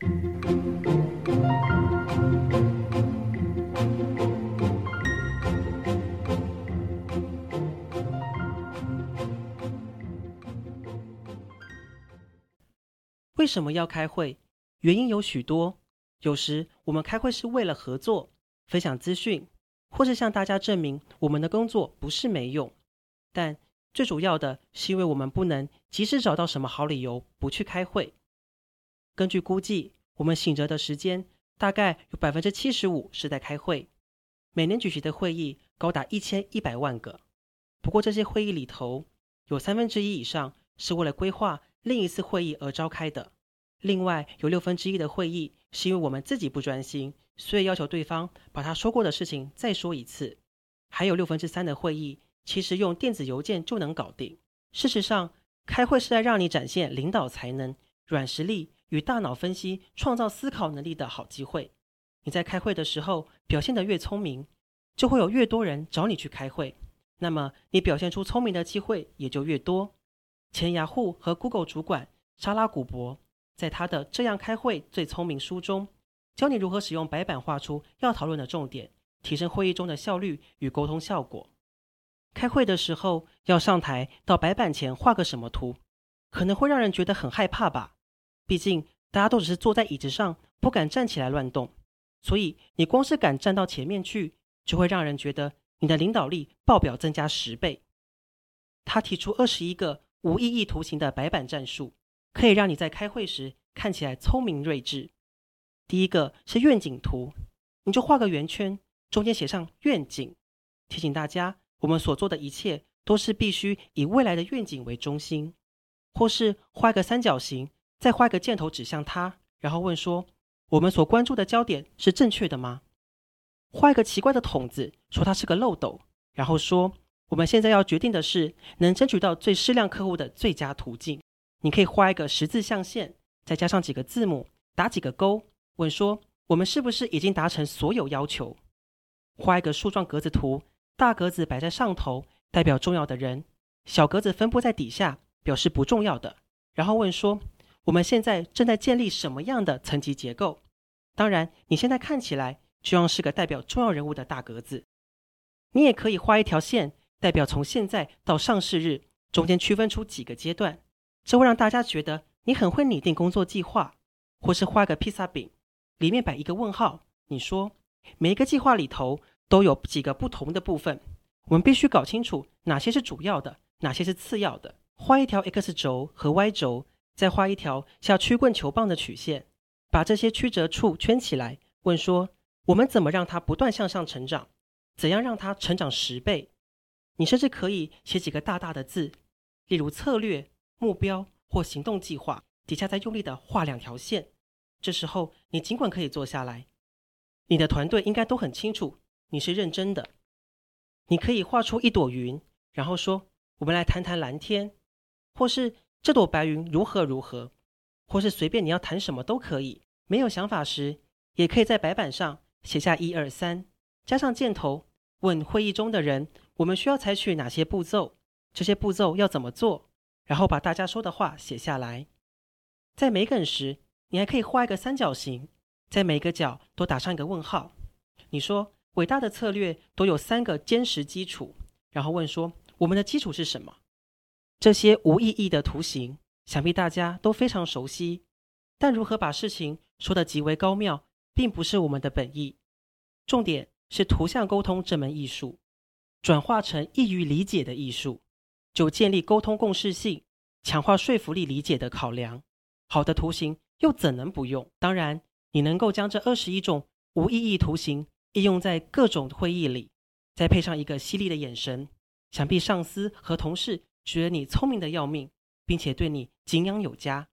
为什么要开会？原因有许多。有时我们开会是为了合作、分享资讯，或是向大家证明我们的工作不是没用。但最主要的是因为我们不能及时找到什么好理由不去开会。根据估计，我们醒着的时间大概有 75% 是在开会。每年举行的会议高达1100万个。不过这些会议里头，有1/3以上是为了规划另一次会议而召开的。另外有1/6的会议是因为我们自己不专心，所以要求对方把他说过的事情再说一次。还有3/6的会议其实用电子邮件就能搞定。事实上，开会是在让你展现领导才能、软实力与大脑分析、创造思考能力的好机会。你在开会的时候表现得越聪明，就会有越多人找你去开会，那么你表现出聪明的机会也就越多。前雅虎和 Google 主管莎拉古伯在他的《这样开会最聪明》书中，教你如何使用白板画出要讨论的重点，提升会议中的效率与沟通效果。开会的时候要上台到白板前画个什么图，可能会让人觉得很害怕吧。毕竟大家都只是坐在椅子上，不敢站起来乱动，所以你光是敢站到前面去，就会让人觉得你的领导力爆表增加10倍。他提出21个无意义图形的白板战术，可以让你在开会时看起来聪明睿智。第一个是愿景图，你就画个圆圈，中间写上愿景，提醒大家我们所做的一切都是必须以未来的愿景为中心。或是画一个三角形，再画一个箭头指向它，然后问说，我们所关注的焦点是正确的吗？画一个奇怪的筒子，说它是个漏斗，然后说我们现在要决定的是能争取到最适量客户的最佳途径。你可以画一个十字象限，再加上几个字母，打几个勾，问说我们是不是已经达成所有要求。画一个树状格子图，大格子摆在上头，代表重要的人，小格子分布在底下，表示不重要的。然后问说我们现在正在建立什么样的层级结构。当然你现在看起来就像是个代表重要人物的大格子。你也可以画一条线，代表从现在到上市日，中间区分出几个阶段，这会让大家觉得你很会拟定工作计划。或是画个披萨饼，里面摆一个问号，你说每一个计划里头都有几个不同的部分，我们必须搞清楚哪些是主要的，哪些是次要的。画一条 X 轴和 Y 轴，再画一条像曲棍球棒的曲线，把这些曲折处圈起来，问说我们怎么让它不断向上成长，怎样让它成长10倍。你甚至可以写几个大大的字，例如策略、目标或行动计划，底下再用力的画2条线。这时候你尽管可以坐下来，你的团队应该都很清楚你是认真的。你可以画出一朵云，然后说我们来谈谈蓝天，或是这朵白云如何如何，或是随便你要谈什么都可以。没有想法时，也可以在白板上写下1、2、3，加上箭头，问会议中的人我们需要采取哪些步骤，这些步骤要怎么做，然后把大家说的话写下来。在美梗时，你还可以画一个三角形，在每个角都打上一个问号。你说伟大的策略都有3个坚实基础，然后问说我们的基础是什么。这些无意义的图形想必大家都非常熟悉，但如何把事情说得极为高妙，并不是我们的本意。重点是图像沟通这门艺术，转化成易于理解的艺术，就建立沟通共识性，强化说服力理解的考量。好的图形又怎能不用？当然，你能够将这21种无意义图形应用在各种会议里，再配上一个犀利的眼神，想必上司和同事觉得你聪明的要命，并且对你敬仰有加。